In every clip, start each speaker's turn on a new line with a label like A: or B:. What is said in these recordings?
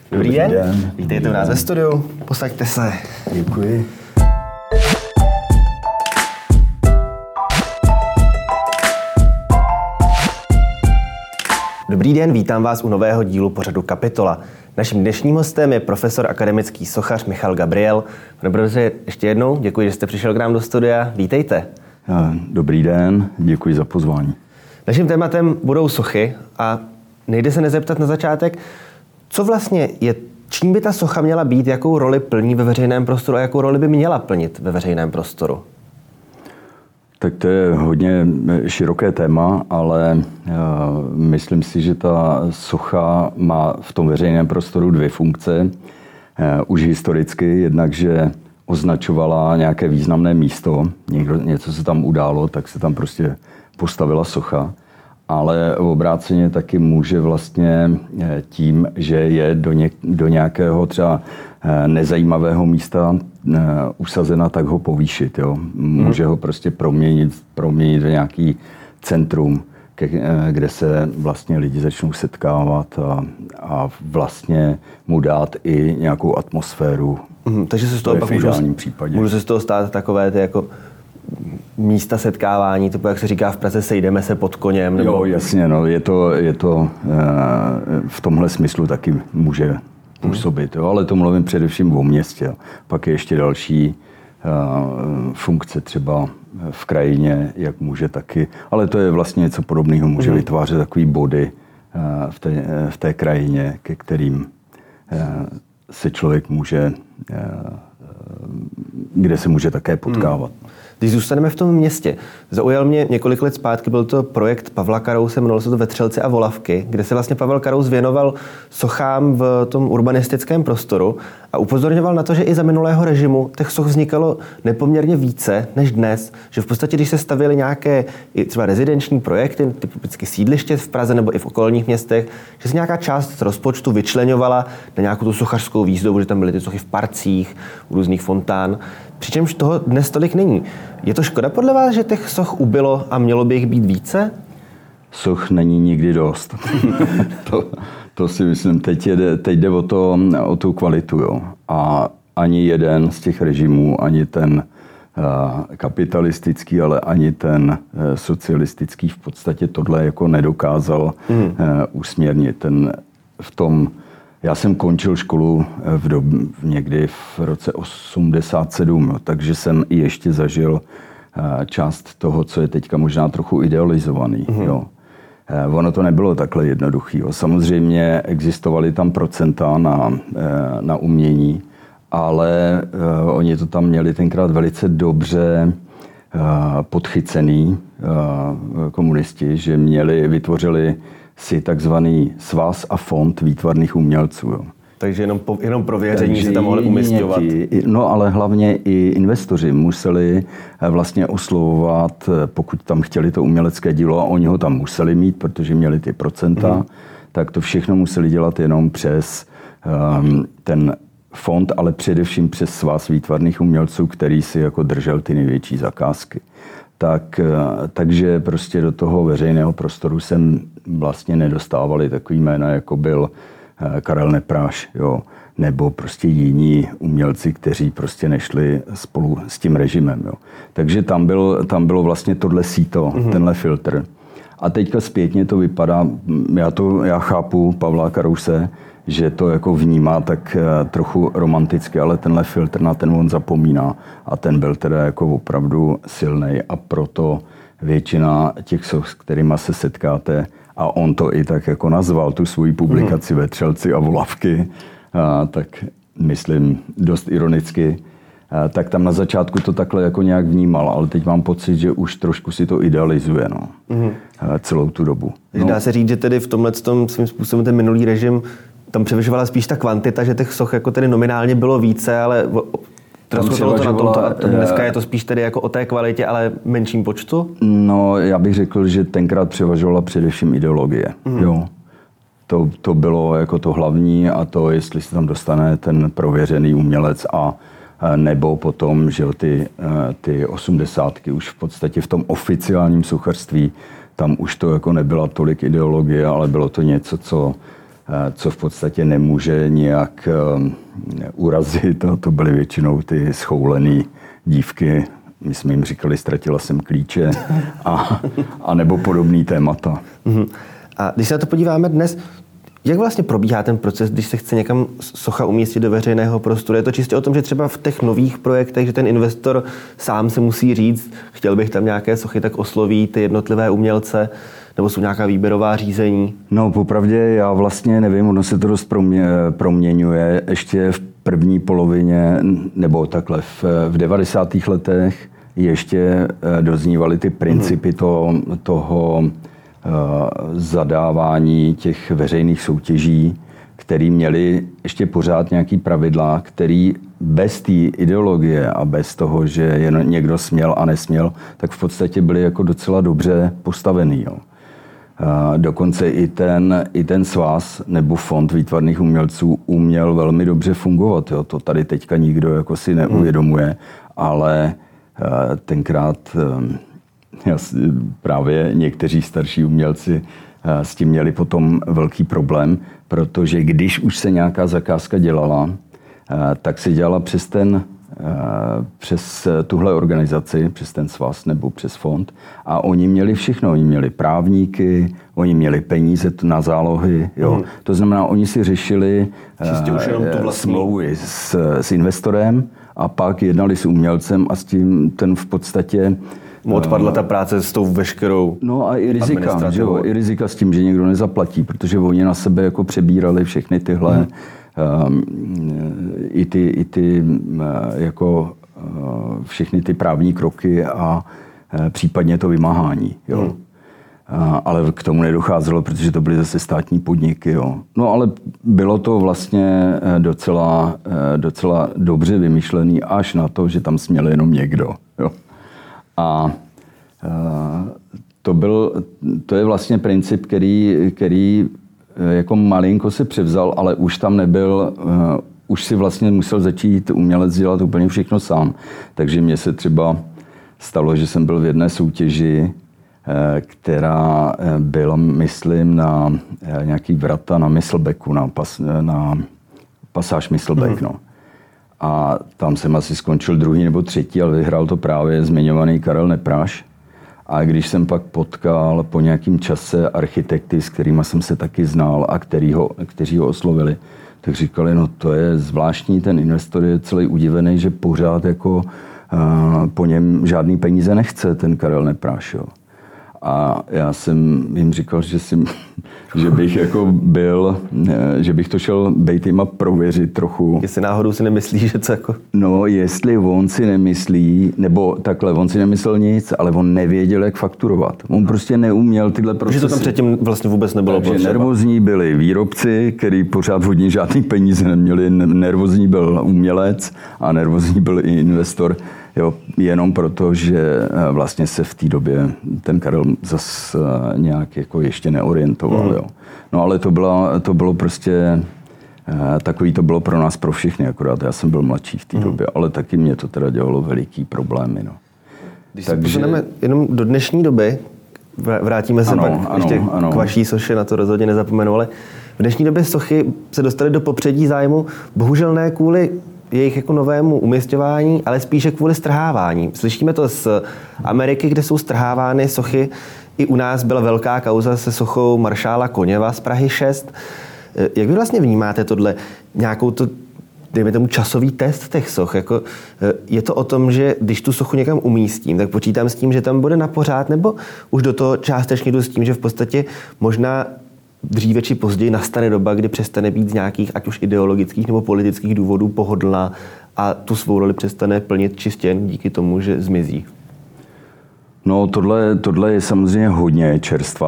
A: Dobrý den. Vítejte u nás ve studiu. Posaďte se.
B: Děkuji.
A: Dobrý den, vítám vás u nového dílu pořadu Kapitola. Naším dnešním hostem je profesor akademický sochař Michal Gabriel. Pane profesore, ještě jednou děkuji, že jste přišel k nám do studia. Vítejte.
B: Dobrý den, děkuji za pozvání.
A: Naším tématem budou sochy a nejde se nezeptat na začátek, co vlastně je, čím by ta socha měla být, jakou roli plní ve veřejném prostoru a jakou roli by měla plnit ve veřejném prostoru?
B: Tak to je hodně široké téma, ale myslím si, že ta socha má v tom veřejném prostoru dvě funkce. Už historicky, jednak, že označovala nějaké významné místo, něco se tam událo, tak se tam prostě postavila socha. Ale obráceně taky může vlastně tím, že je do nějakého třeba nezajímavého místa usazena, tak ho povýšit. Jo. Může ho prostě proměnit v nějaký centrum, kde se vlastně lidi začnou setkávat a vlastně mu dát i nějakou atmosféru.
A: Takže se z toho pak můžu se z toho stát takové ty jako místa setkávání, to jak se říká v Praze, sejdeme se pod koněm. Nebo...
B: Jo, jasně, no, je to v tomhle smyslu taky může působit, jo, ale to mluvím především o městě. Jo. Pak je ještě další funkce třeba v krajině, jak může taky, ale to je vlastně něco podobného, může vytvářet takový body v té krajině, ke kterým se člověk může, kde se může také potkávat.
A: Když zůstaneme v tom městě, zaujal mě několik let zpátky, byl to projekt Pavla Karouse, jmenovalo se to Vetřelci a Volavky, kde se vlastně Pavel Karous věnoval sochám v tom urbanistickém prostoru a upozorňoval na to, že i za minulého režimu těch soch vznikalo nepoměrně více než dnes, že v podstatě, když se stavěly nějaké třeba rezidenční projekty, typicky sídliště v Praze nebo i v okolních městech, že se nějaká část z rozpočtu vyčleňovala na nějakou tu sochařskou výzdobu, že tam byly ty sochy v parcích, u různých fontán. Přičemž toho dnes tolik není. Je to škoda podle vás, že těch soch ubylo a mělo by jich být více?
B: Soch není nikdy dost. to si myslím, teď jde o tu kvalitu. Jo. A ani jeden z těch režimů, ani ten kapitalistický, ale ani ten socialistický v podstatě tohle jako nedokázal usměrnit. Já jsem končil školu někdy v roce 87, takže jsem i ještě zažil část toho, co je teďka možná trochu idealizovaný. Jo. Ono to nebylo takhle jednoduché. Samozřejmě existovaly tam procenta na umění, ale oni to tam měli tenkrát velice dobře podchycený komunisti, že vytvořili si takzvaný svaz a fond výtvarných umělců. Jo.
A: Takže jenom prověření se tam mohli umisťovat.
B: No ale hlavně i investoři museli vlastně oslovovat, pokud tam chtěli to umělecké dílo a oni ho tam museli mít, protože měli ty procenta, tak to všechno museli dělat jenom přes ten fond, ale především přes svaz výtvarných umělců, který si jako držel ty největší zakázky. Takže prostě do toho veřejného prostoru jsem vlastně nedostávali takový jména, jako byl Karel Nepráš, jo, nebo prostě jiní umělci, kteří prostě nešli spolu s tím režimem. Jo. Takže tam bylo vlastně tohle síto, tenhle filtr. A teďka zpětně to vypadá, já chápu Pavla Karouse, že to jako vnímá tak trochu romanticky, ale tenhle filtr na ten on zapomíná a ten byl teda jako opravdu silnej a proto většina těch soch, s kterýma se setkáte, a on to i tak jako nazval, tu svoji publikaci Vetřelci a Volavky, tak myslím dost ironicky, tak tam na začátku to takhle jako nějak vnímal, ale teď mám pocit, že už trošku si to idealizuje, celou tu dobu.
A: Dá se říct, že tedy v tomhletom svým způsobem ten minulý režim tam převyšovala spíš ta kvantita, že těch soch jako tedy nominálně bylo více, ale rozhodlo to na tomto a dneska je to spíš tedy jako o té kvalitě, ale menším počtu?
B: No, já bych řekl, že tenkrát převažovala především ideologie. Jo. To bylo jako to hlavní a to, jestli se tam dostane ten prověřený umělec a nebo potom, že ty 80 už v podstatě v tom oficiálním sochařství, tam už to jako nebyla tolik ideologie, ale bylo to něco, co co v podstatě nemůže nějak urazit. To byly většinou ty schoulené dívky, my jsme jim říkali, ztratila jsem klíče a nebo podobný témata.
A: A když se na to podíváme dnes, jak vlastně probíhá ten proces, když se chce někam socha umístit do veřejného prostoru? Je to čistě o tom, že třeba v těch nových projektech, že ten investor sám se musí říct, chtěl bych tam nějaké sochy, tak osloví ty jednotlivé umělce, nebo jsou nějaká výběrová řízení?
B: No, popravdě já vlastně nevím, ono se to dost proměňuje. Ještě v první polovině, nebo takhle, v 90. letech ještě doznívaly ty principy toho zadávání těch veřejných soutěží, který měli ještě pořád nějaký pravidla, který bez té ideologie a bez toho, že jen někdo směl a nesměl, tak v podstatě byli jako docela dobře postavený. Jo. Dokonce i ten svaz nebo fond výtvarných umělců uměl velmi dobře fungovat. Jo. To tady teďka nikdo jako si neuvědomuje, ale tenkrát právě někteří starší umělci s tím měli potom velký problém, protože když už se nějaká zakázka dělala, tak se dělala přes tuhle organizaci, přes ten svaz nebo přes fond a oni měli všechno. Oni měli právníky, oni měli peníze na zálohy. Jo. To znamená, oni si řešili smlouvy s investorem a pak jednali s umělcem a s tím ten v podstatě
A: mu odpadla ta práce s tou veškerou.
B: No a i rizika, že jo? I rizika s tím, že někdo nezaplatí, protože oni na sebe jako přebírali všechny tyhle všechny ty právní kroky a případně to vymáhání. Jo? Ale k tomu nedocházelo, protože to byly zase státní podniky. Jo? No ale bylo to vlastně docela dobře vymyšlený až na to, že tam směl jenom někdo. Jo? A to je vlastně princip, který jako malinko se převzal, ale už tam nebyl, už si vlastně musel začít umělec dělat úplně všechno sám. Takže mně se třeba stalo, že jsem byl v jedné soutěži, která byla, myslím, na nějaký vrata na Myslbecku, na pasáž Myslbec. No. A tam jsem asi skončil druhý nebo třetí, ale vyhrál to právě zmiňovaný Karel Nepráš. A když jsem pak potkal po nějakém čase architekty, s kterými jsem se taky znal a kteří ho oslovili, tak říkali, no to je zvláštní, ten investor je celý udivený, že pořád jako po něm žádný peníze nechce, ten Karel Nepráš. Jo. A já jsem jim říkal, že bych jako že bych to šel bejt jim a prověřit trochu.
A: Jestli náhodou si nemyslí, že co jako...
B: No, jestli on si nemyslí, nebo takhle, on si nemyslel nic, ale on nevěděl, jak fakturovat. On prostě neuměl tyhle procesy.
A: Protože to tam předtím vlastně vůbec nebylo potřeba.
B: Nervózní byli výrobci, který pořád hodně žádný peníze neměli. Nervózní byl umělec a nervózní byl i investor. Jo, jenom proto, že vlastně se v té době ten Karel zas nějak jako ještě neorientoval. Jo. No ale to bylo prostě takový to bylo pro nás, pro všechny, akorát já jsem byl mladší v té době, ale taky mě to teda dělalo veliký problémy. No.
A: Když se posuneme jenom do dnešní doby, vrátíme se ještě k vaší soše, na to rozhodně nezapomenu, ale v dnešní době sochy se dostaly do popředí zájmu, bohužel ne kvůli jejich jako novému umisťování, ale spíše kvůli strhávání. Slyšíme to z Ameriky, kde jsou strhávány sochy. I u nás byla velká kauza se sochou maršála Koněva z Prahy 6. Jak vy vlastně vnímáte tohle? Nějakou to, dejme tomu, časový test těch soch? Jako, je to o tom, že když tu sochu někam umístím, tak počítám s tím, že tam bude na pořád, nebo už do toho částečně jdu s tím, že v podstatě možná dříve či později nastane doba, kdy přestane být z nějakých, ať už ideologických nebo politických důvodů, pohodlná a tu svou roli přestane plnit čistě jen díky tomu, že zmizí?
B: No, tohle je samozřejmě hodně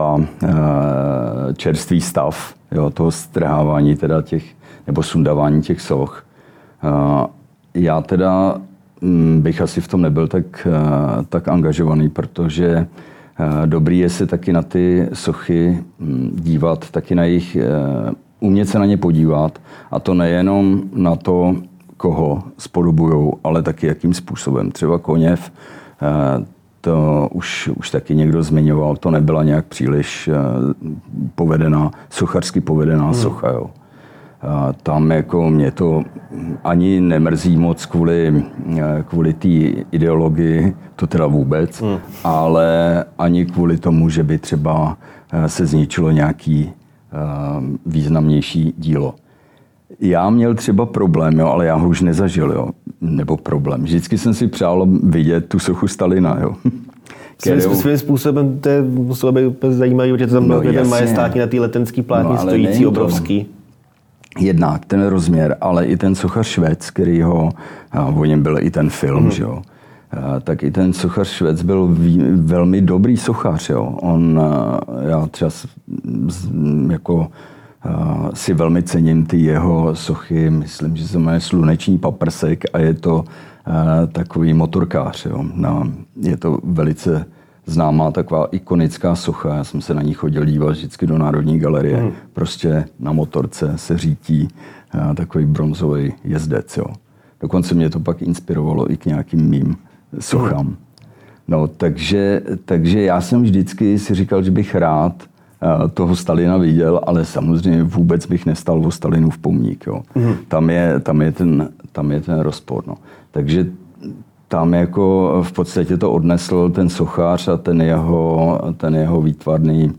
B: čerstvý stav, jo, toho strhávání teda nebo sundávání těch soch. Já teda bych asi v tom nebyl tak angažovaný, protože dobrý je se taky na ty sochy dívat, taky na jejich, umět se na ně podívat. A to nejenom na to, koho spodobujou, ale taky jakým způsobem. Třeba Koněv, to už taky někdo zmiňoval, to nebyla nějak příliš sochařsky povedená socha. Jo. Tam jako mě to ani nemrzí moc kvůli té ideologii, to teda vůbec, ale ani kvůli tomu, že by třeba se zničilo nějaký významnější dílo. Já měl třeba problém, jo, ale já ho už nezažil, jo, nebo problém. Vždycky jsem si přál vidět tu sochu Stalina, jo.
A: Svým způsobem to muselo být zajímavé, že to tam byl ten majestátní na té letenský plátně stojící obrovský.
B: Jednak ten rozměr, ale i ten sochař Švec, o něm byl i ten film, že jo. Tak i ten sochař Švec byl velmi dobrý sochař, jo. Já třeba jako si velmi cením ty jeho sochy, myslím, že se jmenuje Sluneční paprsek a je to takový motorkář. Jo. Je to velice známá taková ikonická socha. Já jsem se na ní chodil dívat vždycky do Národní galerie. Prostě na motorce se řítí takový bronzový jezdec. Jo. Dokonce mě to pak inspirovalo i k nějakým mým sochám. No, takže já jsem vždycky si říkal, že bych rád toho Stalina viděl, ale samozřejmě vůbec bych nestal o Stalinův pomník. Jo. Tam je ten rozpor. No. Takže tam jako v podstatě to odnesl ten sochař a ten jeho výtvarný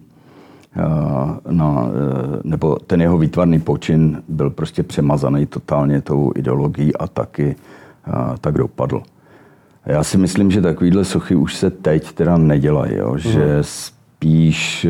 B: nebo ten jeho výtvarný počin byl prostě přemazaný totálně tou ideologií a taky tak dopadl. Já si myslím, že takovýhle sochy už se teď teda nedělají, jo? Že spíš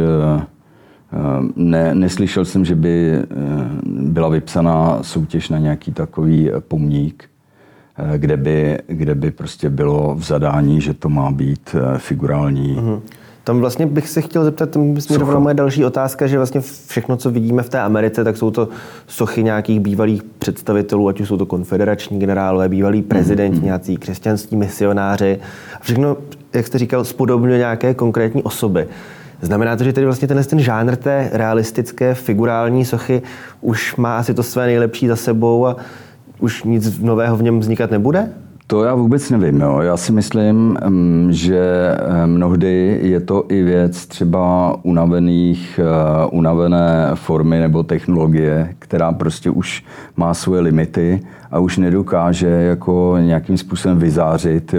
B: neslyšel jsem, že by byla vypsaná soutěž na nějaký takový pomník, kde by prostě bylo v zadání, že to má být figurální.
A: Tam vlastně bych se chtěl zeptat, tam směrovala moje další otázka, že vlastně všechno, co vidíme v té Americe, tak jsou to sochy nějakých bývalých představitelů, ať už jsou to konfederační generálové, bývalí prezidenti, nějací křesťanští misionáři. A všechno, jak jste říkal, spodobňuje nějaké konkrétní osoby. Znamená to, že tedy vlastně ten žánr té realistické figurální sochy už má asi to své nejlepší za sebou a už nic nového v něm vznikat nebude?
B: To já vůbec nevím. Jo. Já si myslím, že mnohdy je to i věc třeba unavené formy nebo technologie, která prostě už má svoje limity a už nedokáže jako nějakým způsobem vyzářit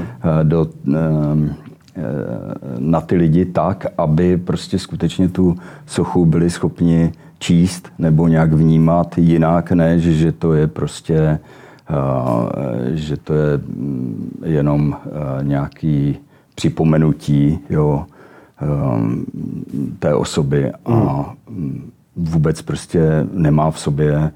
B: na ty lidi tak, aby prostě skutečně tu sochu byli schopni číst nebo nějak vnímat jinak, než že to je prostě že to je jenom nějaký připomenutí té osoby a vůbec prostě nemá v sobě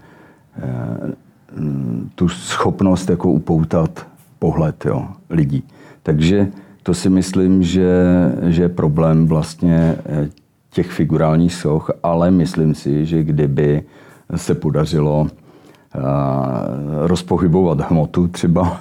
B: tu schopnost jako upoutat pohled lidí. Takže to si myslím, že je problém vlastně těch figurálních soch, ale myslím si, že kdyby se podařilo rozpohybovat hmotu třeba,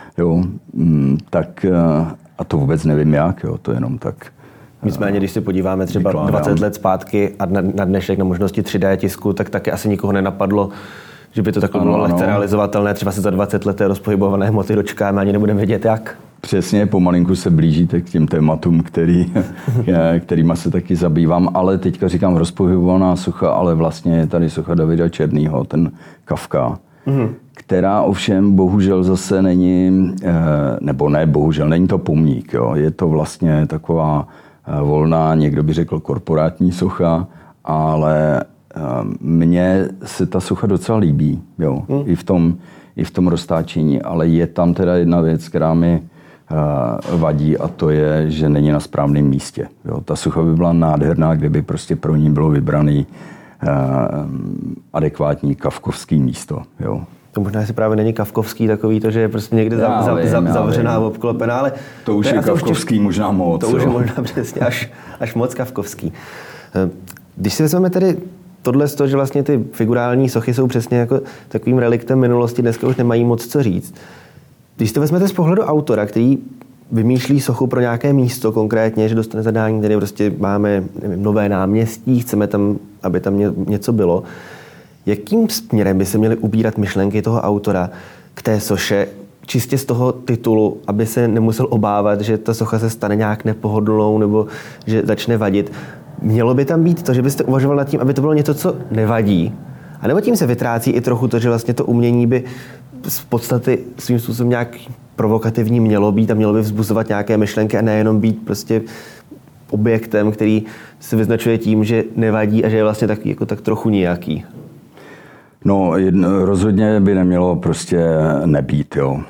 B: tak a to vůbec nevím jak, to jenom tak.
A: Nicméně, když se podíváme třeba 20 let zpátky a na dnešek na možnosti 3D tisku, tak taky asi nikoho nenapadlo, že by to takhle bylo lehce realizovatelné. Třeba se za 20 let rozpohybované hmoty dočkáme, ani nebudeme vědět jak.
B: Přesně, pomalinku se blížíte k těm tématům, kterýma se taky zabývám, ale teďka říkám rozpohybovaná socha, ale vlastně je tady socha Davida Černýho, ten Kafka, která ovšem bohužel zase není, nebo ne bohužel, není to pomník, jo. Je to vlastně taková volná, někdo by řekl korporátní socha, ale mně se ta socha docela líbí, jo, i v tom roztáčení, ale je tam teda jedna věc, která mi vadí a to je, že není na správném místě. Jo. Ta socha by byla nádherná, kdyby prostě pro ní bylo vybraný adekvátní kafkovský místo. Jo.
A: To možná si právě není kafkovský takový, to, že je prostě někde zavřená a obklopená, ale...
B: To už je kafkovský možná moc.
A: To už je možná přesně až moc kafkovský. Když si vezmeme tedy tohle z toho, že vlastně ty figurální sochy jsou přesně jako takovým reliktem minulosti, dneska už nemají moc co říct. Když to vezmete z pohledu autora, který vymýšlí sochu pro nějaké místo konkrétně, že dostane zadání, tedy prostě máme nové náměstí, chceme tam, aby tam něco bylo. Jakým směrem by se měly ubírat myšlenky toho autora k té soše? čistě z toho titulu, aby se nemusel obávat, že ta socha se stane nějak nepohodlnou nebo že začne vadit. Mělo by tam být to, že byste uvažoval nad tím, aby to bylo něco, co nevadí. A nebo tím se vytrácí i trochu to, že vlastně to umění by z podstaty svým způsobem nějak provokativní mělo být a mělo by vzbuzovat nějaké myšlenky a nejenom být prostě objektem, který se vyznačuje tím, že nevadí a že je vlastně tak trochu nějaký.
B: No, rozhodně by nemělo prostě nebýt, jo.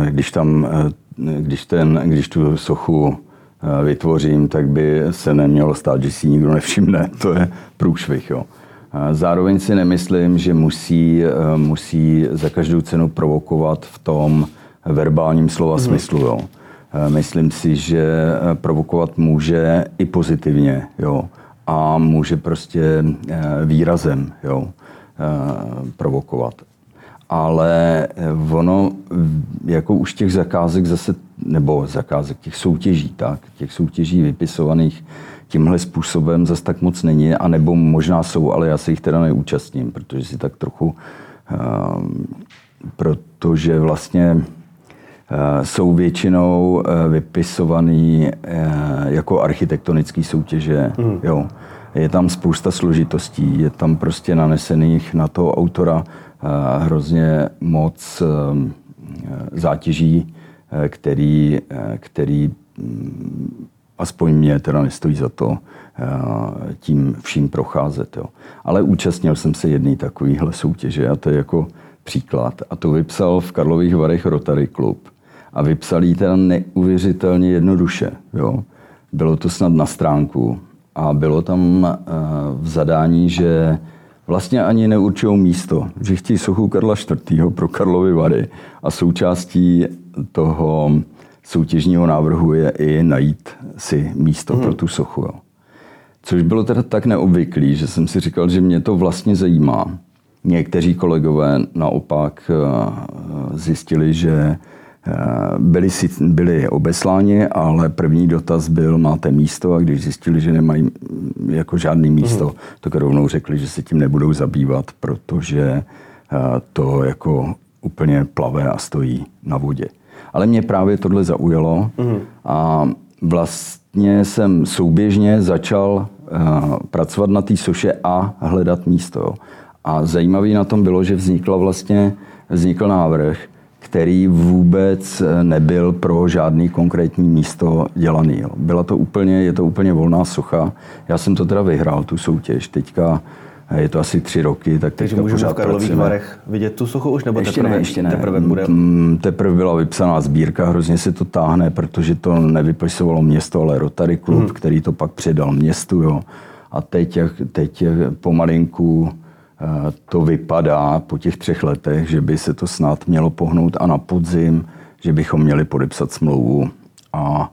B: Když tu sochu vytvořím, tak by se nemělo stát, že si nikdo nevšimne. To je průšvih, jo. Zároveň si nemyslím, že musí za každou cenu provokovat v tom verbálním slova smyslu, jo. Myslím si, že provokovat může i pozitivně, jo. A může prostě výrazem, jo, provokovat. Ale ono, jako už těch zakázek zase, nebo zakázek, těch soutěží vypisovaných tímhle způsobem zase tak moc není, anebo možná jsou, ale já se jich teda neúčastním, protože si tak trochu, protože vlastně jsou většinou vypisovaný jako architektonické soutěže, jo. Je tam spousta složitostí, je tam prostě nanesených na toho autora hrozně moc zátěží, který aspoň mě teda nestojí za to tím vším procházet. Jo. Ale účastnil jsem se jedné takovéhle soutěže a to je jako příklad. A to vypsal v Karlových Varech Rotary Klub. A vypsal ji teda neuvěřitelně jednoduše. Jo. Bylo to snad na stránku. A bylo tam v zadání, že vlastně ani neurčujou místo, že chtějí sochu Karla IV. Pro Karlovy Vary a součástí toho soutěžního návrhu je i najít si místo pro tu sochu. Jo. Což bylo teda tak neobvyklý, že jsem si říkal, že mě to vlastně zajímá. Někteří kolegové naopak zjistili, že byli obesláni, ale první dotaz byl, máte místo, a když zjistili, že nemají jako žádný místo, tak rovnou řekli, že se tím nebudou zabývat, protože to jako úplně plave a stojí na vodě. Ale mě právě tohle zaujalo a vlastně jsem souběžně začal pracovat na té soše a hledat místo. A zajímavý na tom bylo, že vznikl návrh, který vůbec nebyl pro žádný konkrétní místo dělaný. Jo. Je to úplně volná socha. Já jsem to teda vyhrál, tu soutěž. Teďka je to asi 3 roky, tak
A: takže můžeme v Karlových Varech vidět tu sochu už? Nebo
B: ještě ne. Teprve byla vypsaná sbírka, hrozně se to táhne, protože to nevypisovalo město, ale Rotary Klub, který to pak předal městu. Jo. A teď pomalinku to vypadá po těch 3 letech, že by se to snad mělo pohnout a na podzim, že bychom měli podepsat smlouvu a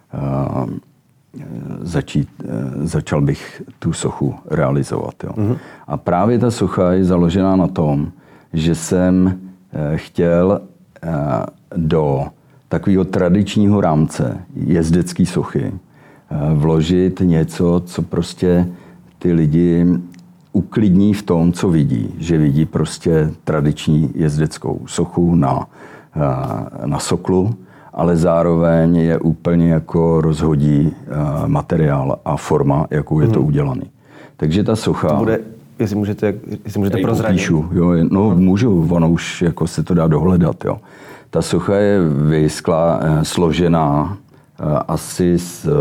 B: začal bych tu sochu realizovat. Jo. A právě ta socha je založená na tom, že jsem chtěl do takového tradičního rámce jezdecké sochy vložit něco, co prostě ty lidi uklidní v tom, co vidí. Že vidí prostě tradiční jezdeckou sochu na soklu, ale zároveň je úplně jako rozhodí materiál a forma, jakou je to udělaný. Takže ta socha...
A: To bude, jestli můžete prozradit.
B: Píšu, jo, no můžu, ono už jako se to dá dohledat. Jo. Ta socha je složená asi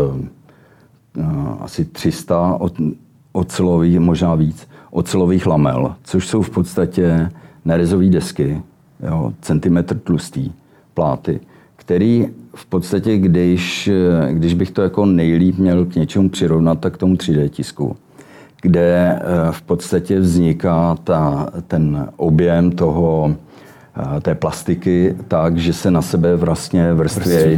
B: 300 ocelových, možná víc, ocelových lamel, což jsou v podstatě nerezové desky, jo, centimetr tlustý, pláty, který v podstatě, když bych to jako nejlíp měl k něčemu přirovnat, tak k tomu 3D tisku, kde v podstatě vzniká ten objem té plastiky tak, že se na sebe vlastně vrstvějí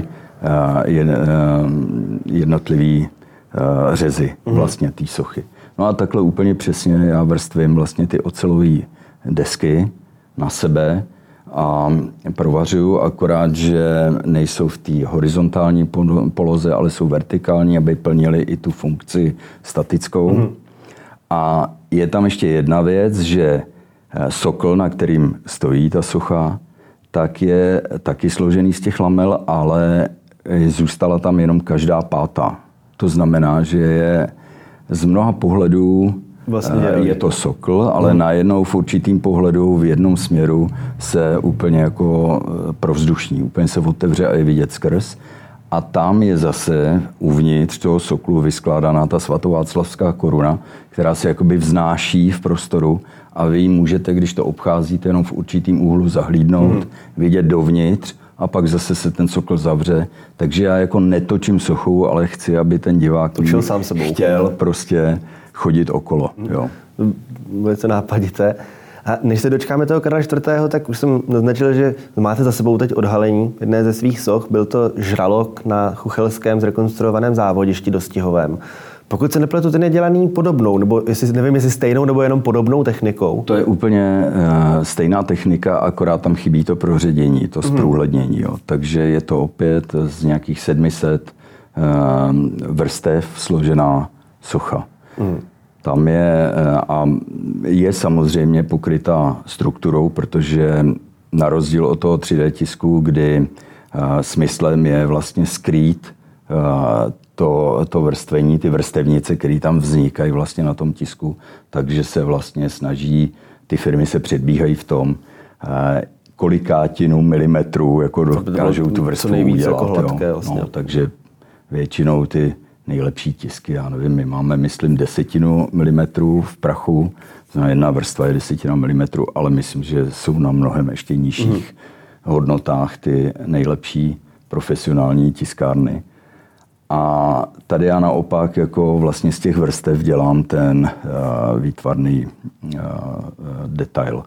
B: jednotlivý řezy vlastně té sochy. No a takhle úplně přesně já vrstvím vlastně ty ocelové desky na sebe a provařuju, akorát, že nejsou v té horizontální poloze, ale jsou vertikální, aby plnili i tu funkci statickou. A je tam ještě jedna věc, že sokl, na kterým stojí ta socha, tak je taky složený z těch lamel, ale zůstala tam jenom každá pátá. To znamená, že je z mnoha pohledů vlastně je to sokl, ale najednou v určitým pohledu v jednom směru se úplně jako provzdušní, úplně se otevře a je vidět skrz. A tam je zase uvnitř toho soklu vyskládaná ta svatováclavská koruna, která se jakoby vznáší v prostoru a vy ji můžete, když to obcházíte, jenom v určitým úhlu zahlídnout, vidět dovnitř a pak zase se ten sokl zavře. Takže já jako netočím sochu, ale chci, aby ten divák chtěl prostě chodit okolo. Jo.
A: Velice nápadité. A než se dočkáme toho Karla IV., tak už jsem naznačil, že máte za sebou teď odhalení jedné ze svých soch. Byl to žralok na chuchelském zrekonstruovaném závodišti dostihovém. Pokud se nepletu, ten je dělaný podobnou, nebo nevím, jestli stejnou, nebo jenom podobnou technikou.
B: To je úplně stejná technika, akorát tam chybí to proředění, to zprůhlednění. Jo. Takže je to opět z nějakých 700 vrstev složená socha. Tam je samozřejmě pokrytá strukturou, protože na rozdíl od toho 3D tisku, kdy smyslem je vlastně skrýt to vrstvení, ty vrstevnice, které tam vznikají vlastně na tom tisku, takže se vlastně snaží, ty firmy se předbíhají v tom, kolikátinu milimetrů jako dokážou tu vrstvu udělat. Jako hladké, vlastně. No, takže většinou ty nejlepší tisky, já nevím, my máme, myslím, 10 milimetrů v prachu, jedna vrstva je 10 milimetrů, ale myslím, že jsou na mnohem ještě nižších hodnotách ty nejlepší profesionální tiskárny. A tady já naopak jako vlastně z těch vrstev dělám ten výtvarný detail,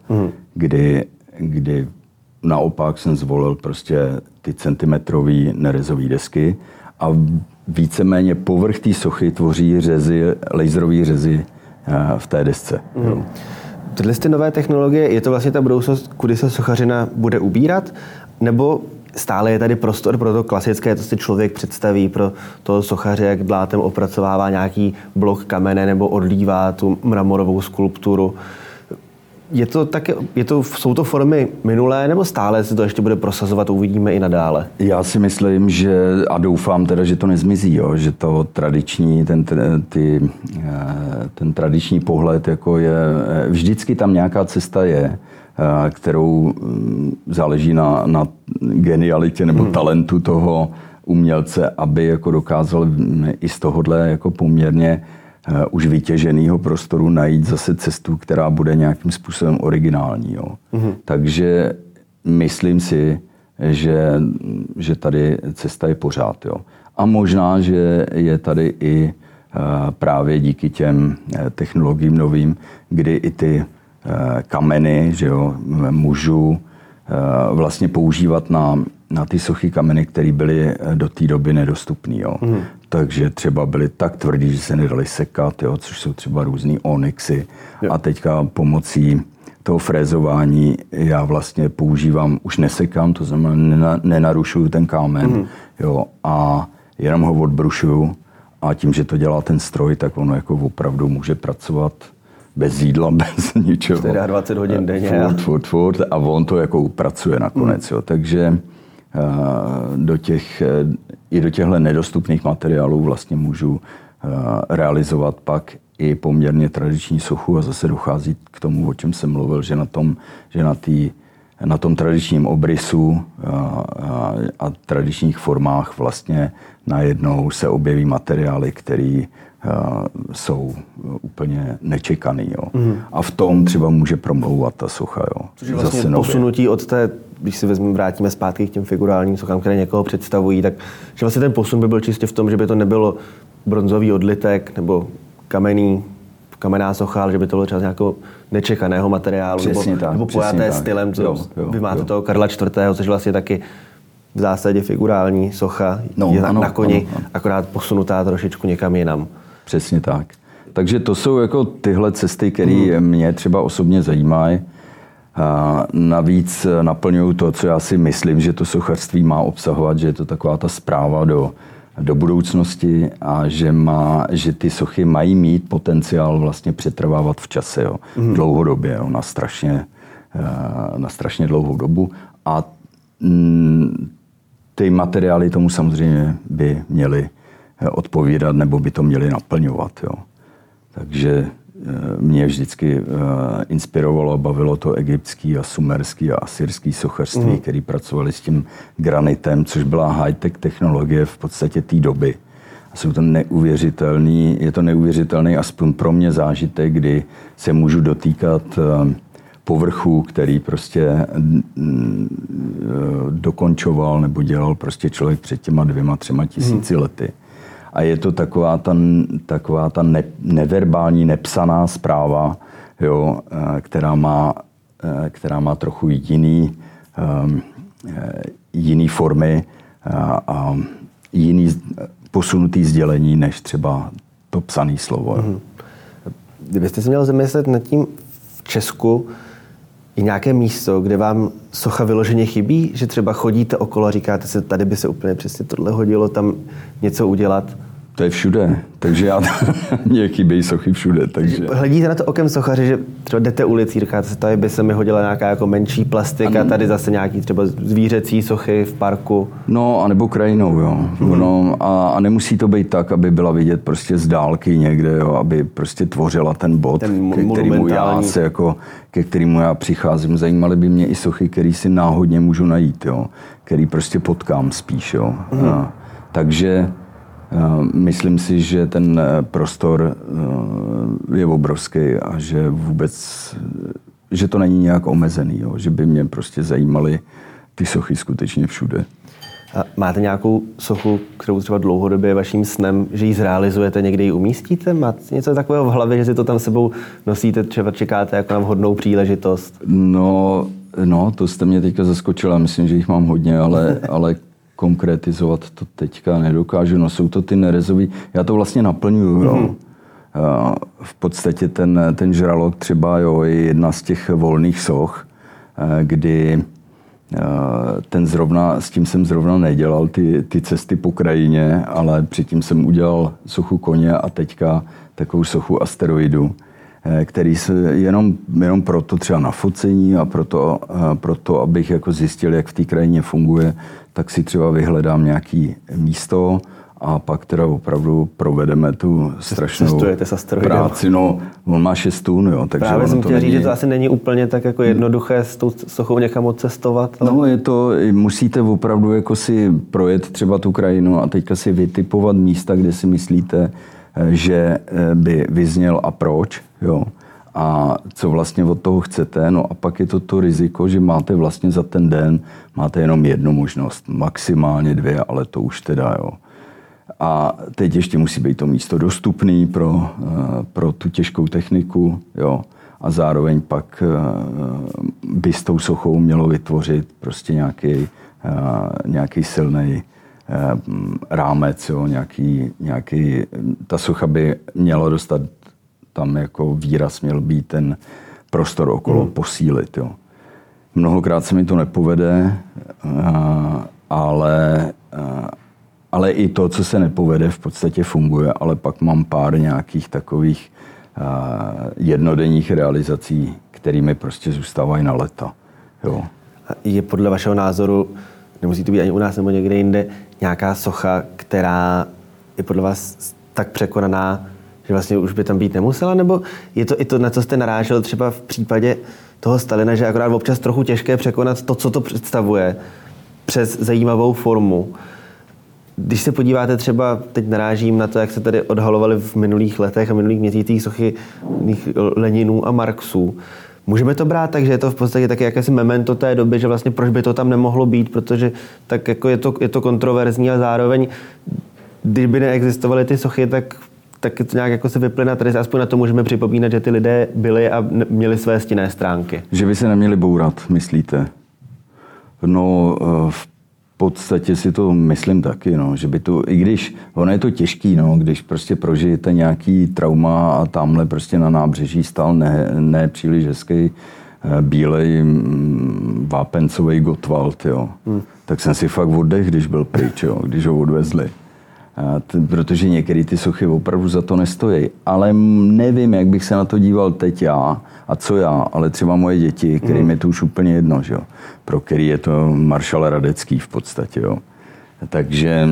B: kdy naopak jsem zvolil prostě ty centimetrový nerezový desky a víceméně povrch té sochy tvoří řezy, laserové řezy v té desce.
A: Tyhle ty nové technologie, je to vlastně ta budoucnost, kudy se sochařina bude ubírat, nebo stále je tady prostor pro to klasické, to si člověk představí pro toho sochaře, jak dlátem opracovává nějaký blok kamene nebo odlívá tu mramorovou skulpturu. Jsou to formy minulé, nebo stále se to ještě bude prosazovat, uvidíme i nadále?
B: Já si myslím, že a doufám teda, že to nezmizí, jo, že to tradiční, ten tradiční pohled jako je, vždycky tam nějaká cesta je, kterou záleží na genialitě nebo talentu toho umělce, aby jako dokázal i z tohohle jako poměrně už vytěženého prostoru najít zase cestu, která bude nějakým způsobem originální. Jo. Takže myslím si, že tady cesta je pořád. Jo. A možná, že je tady i právě díky těm technologiím novým, kdy i ty kameny, že jo, můžu vlastně používat na ty sochy kameny, které byly do té doby nedostupné. Takže třeba byly tak tvrdý, že se nedaly sekat, jo, což jsou třeba různý onyxy. A teďka pomocí toho frézování já vlastně používám, už nesekám, to znamená nenarušuju ten kámen, jo, a jenom ho odbrušuju a tím, že to dělá ten stroj, tak ono jako opravdu může pracovat bez jídla, bez ničeho.
A: 24 hodin denně.
B: Furt a on to jako pracuje nakonec. Jo. Takže i do těchto nedostupných materiálů vlastně můžu realizovat pak i poměrně tradiční sochu a zase dochází k tomu, o čem jsem mluvil, že na tom tradičním obrysu a tradičních formách vlastně najednou se objeví materiály, které jsou úplně nečekaný. Jo. A v tom třeba může promlouvat ta socha. Jo.
A: Což je vlastně posunutí od té, když si vrátíme zpátky k těm figurálním sochám, které někoho představují, tak že vlastně ten posun by byl čistě v tom, že by to nebylo bronzový odlitek nebo kamenná socha, ale že by to bylo třeba nějakého nečekaného materiálu nebo pojaté stylem, co vy máte toho Karla IV., což vlastně taky v zásadě figurální socha na koni, akorát posunutá trošičku někam jinam.
B: Přesně tak. Takže to jsou jako tyhle cesty, které mě třeba osobně zajímají. A navíc naplňují to, co já si myslím, že to sochařství má obsahovat, že je to taková ta správa do budoucnosti a že ty sochy mají mít potenciál vlastně přetrvávat v čase, jo, dlouhodobě, jo, na strašně dlouhou dobu. A ty materiály tomu samozřejmě by měly odpovídat nebo by to měly naplňovat. Jo. Takže mě vždycky inspirovalo a bavilo to egyptský a sumerský a asyrský sochařství, který pracovali s tím granitem, což byla high-tech technologie v podstatě té doby. A jsou to je to neuvěřitelný aspoň pro mě zážitek, kdy se můžu dotýkat povrchu, který prostě dokončoval nebo dělal prostě člověk před těma 2-3 tisíci lety. A je to taková ta neverbální, nepsaná zpráva, jo, která má trochu jiný formy a jiný posunutý sdělení, než třeba to psané slovo. Jo.
A: Kdybyste se měl zamyslet nad tím v Česku, je nějaké místo, kde vám socha vyloženě chybí? Že třeba chodíte okolo a říkáte si, tady by se úplně přesně tohle hodilo tam něco udělat?
B: To je všude, takže mně chybějí sochy všude. Takže...
A: Hledíte na to okem sochaře, že třeba jdete ulicí, říkáte si, tady by se mi hodila nějaká jako menší plastika, tady zase nějaký třeba zvířecí sochy v parku.
B: No, anebo krajinou, jo. No, a nemusí to být tak, aby byla vidět prostě z dálky někde, jo, aby prostě tvořila ten bod, ke kterému já přicházím. Zajímaly by mě i sochy, který si náhodně můžu najít, jo, který prostě potkám spíš, jo. Takže myslím si, že ten prostor je obrovský a že to není nějak omezený, jo? Že by mě prostě zajímaly ty sochy skutečně všude.
A: A máte nějakou sochu, kterou třeba dlouhodobě je vaším snem, že ji zrealizujete, někde ji umístíte? Máte něco takového v hlavě, že si to tam sebou nosíte, třeba čekáte jako na vhodnou příležitost?
B: No, to jste mě teďka zaskočila. Myslím, že jich mám hodně, ale konkretizovat to teďka nedokážu. No, jsou to ty nerezový. Já to vlastně naplňuju. Jo. V podstatě ten žralok třeba je jedna z těch volných soch, kdy s tím jsem zrovna nedělal ty cesty po krajině, ale předtím jsem udělal sochu koně a teďka takovou sochu asteroidu, který se jenom proto třeba na focení a proto, abych jako zjistil, jak v té krajině funguje, tak si třeba vyhledám nějaký místo a pak teda opravdu provedeme tu strašnou práci. No, on má 6 tun, jo. Takže
A: právě jsem chtěl říct, že to asi není úplně tak jako jednoduché s tou sochou někam odcestovat. Ale...
B: No, musíte opravdu jako si projet třeba tu krajinu a teďka si vytipovat místa, kde si myslíte, že by vyzněl a proč, jo. A co vlastně od toho chcete, no a pak je to riziko, že máte vlastně za ten den, máte jenom jednu možnost, maximálně 2, ale to už teda, jo. A teď ještě musí být to místo dostupné pro tu těžkou techniku, jo. A zároveň pak by s tou sochou mělo vytvořit prostě nějaký silný rámec, jo, nějaký, ta socha by měla dostat tam jako výraz měl být ten prostor okolo posílit, jo. Mnohokrát se mi to nepovede, ale i to, co se nepovede, v podstatě funguje, ale pak mám pár nějakých takových jednodenních realizací, kterými prostě zůstávají na léta, jo.
A: Je podle vašeho názoru, nemusí to být ani u nás nebo někde jinde, nějaká socha, která je podle vás tak překonaná, že vlastně už by tam být nemusela, nebo je to i to, na co jste narážel třeba v případě toho Stalina, že akorát občas trochu těžké překonat to, co to představuje, přes zajímavou formu. Když se podíváte třeba, teď narážím na to, jak se tady odhalovaly v minulých letech a minulých měsících sochy Leninů a Marxů, můžeme to brát tak, že je to v podstatě taky jakési memento té doby, že vlastně proč by to tam nemohlo být, protože tak jako je to kontroverzní a zároveň, kdyby neexistovaly ty sochy, tak to nějak jako se vyplyne, tady aspoň na to můžeme připomínat, že ty lidé byli a měli své stinné stránky.
B: Že by se neměli bourat, myslíte? No, v podstatě si to myslím taky, no, že by to, i když, ono je to těžký, no, když prostě prožijete nějaký trauma a tamhle prostě na nábřeží stál ne příliš hezký bílej vápencový Gottwald, jo. Tak jsem si fakt oddech, když byl pryč, jo, když ho odvezli. protože některé ty sochy opravdu za to nestojí. Ale nevím, jak bych se na to díval teď já a co já, ale třeba moje děti, kterým je to už úplně jedno, že jo? Pro který je to maršal Radecký v podstatě. Jo? Takže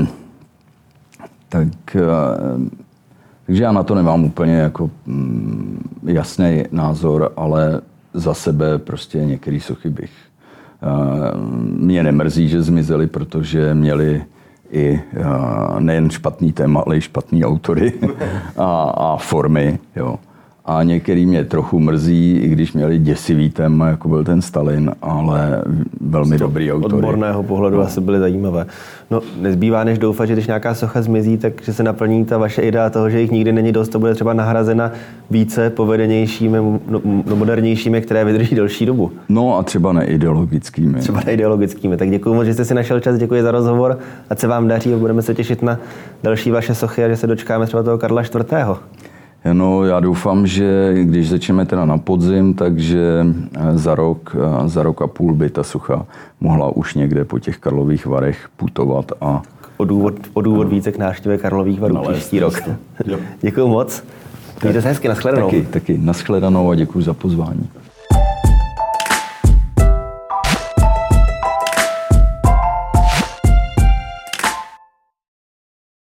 B: já na to nemám úplně jako jasný názor, ale za sebe prostě některé sochy bych. Mě nemrzí, že zmizely, protože měli i nejen špatný téma, ale i špatný autory a formy. Jo. A některý mě trochu mrzí, i když měli děsivý téma, jako byl ten Stalin, ale velmi dobrý autory.
A: Odborného pohledu asi byly zajímavé. No, nezbývá než doufat, že když nějaká socha zmizí, takže se naplní ta vaše idea toho, že jich nikdy není dost, to bude třeba nahrazena více povedenějšími, modernějšími, které vydrží delší dobu.
B: No a třeba neideologickými.
A: Tak děkuji moc, že jste si našel čas, děkuji za rozhovor, ať se vám daří a budeme se těšit na další vaše sochy a že se dočkáme třeba toho Karla IV.
B: No, já doufám, že když začneme teda na podzim, takže za rok a půl by ta socha mohla už někde po těch Karlových Varech putovat a
A: o důvod více k návštěvě Karlových Varů příští rok. Děkuji moc. Mějte se hezky, nashledanou.
B: Taky, nashledanou a děkuji za pozvání.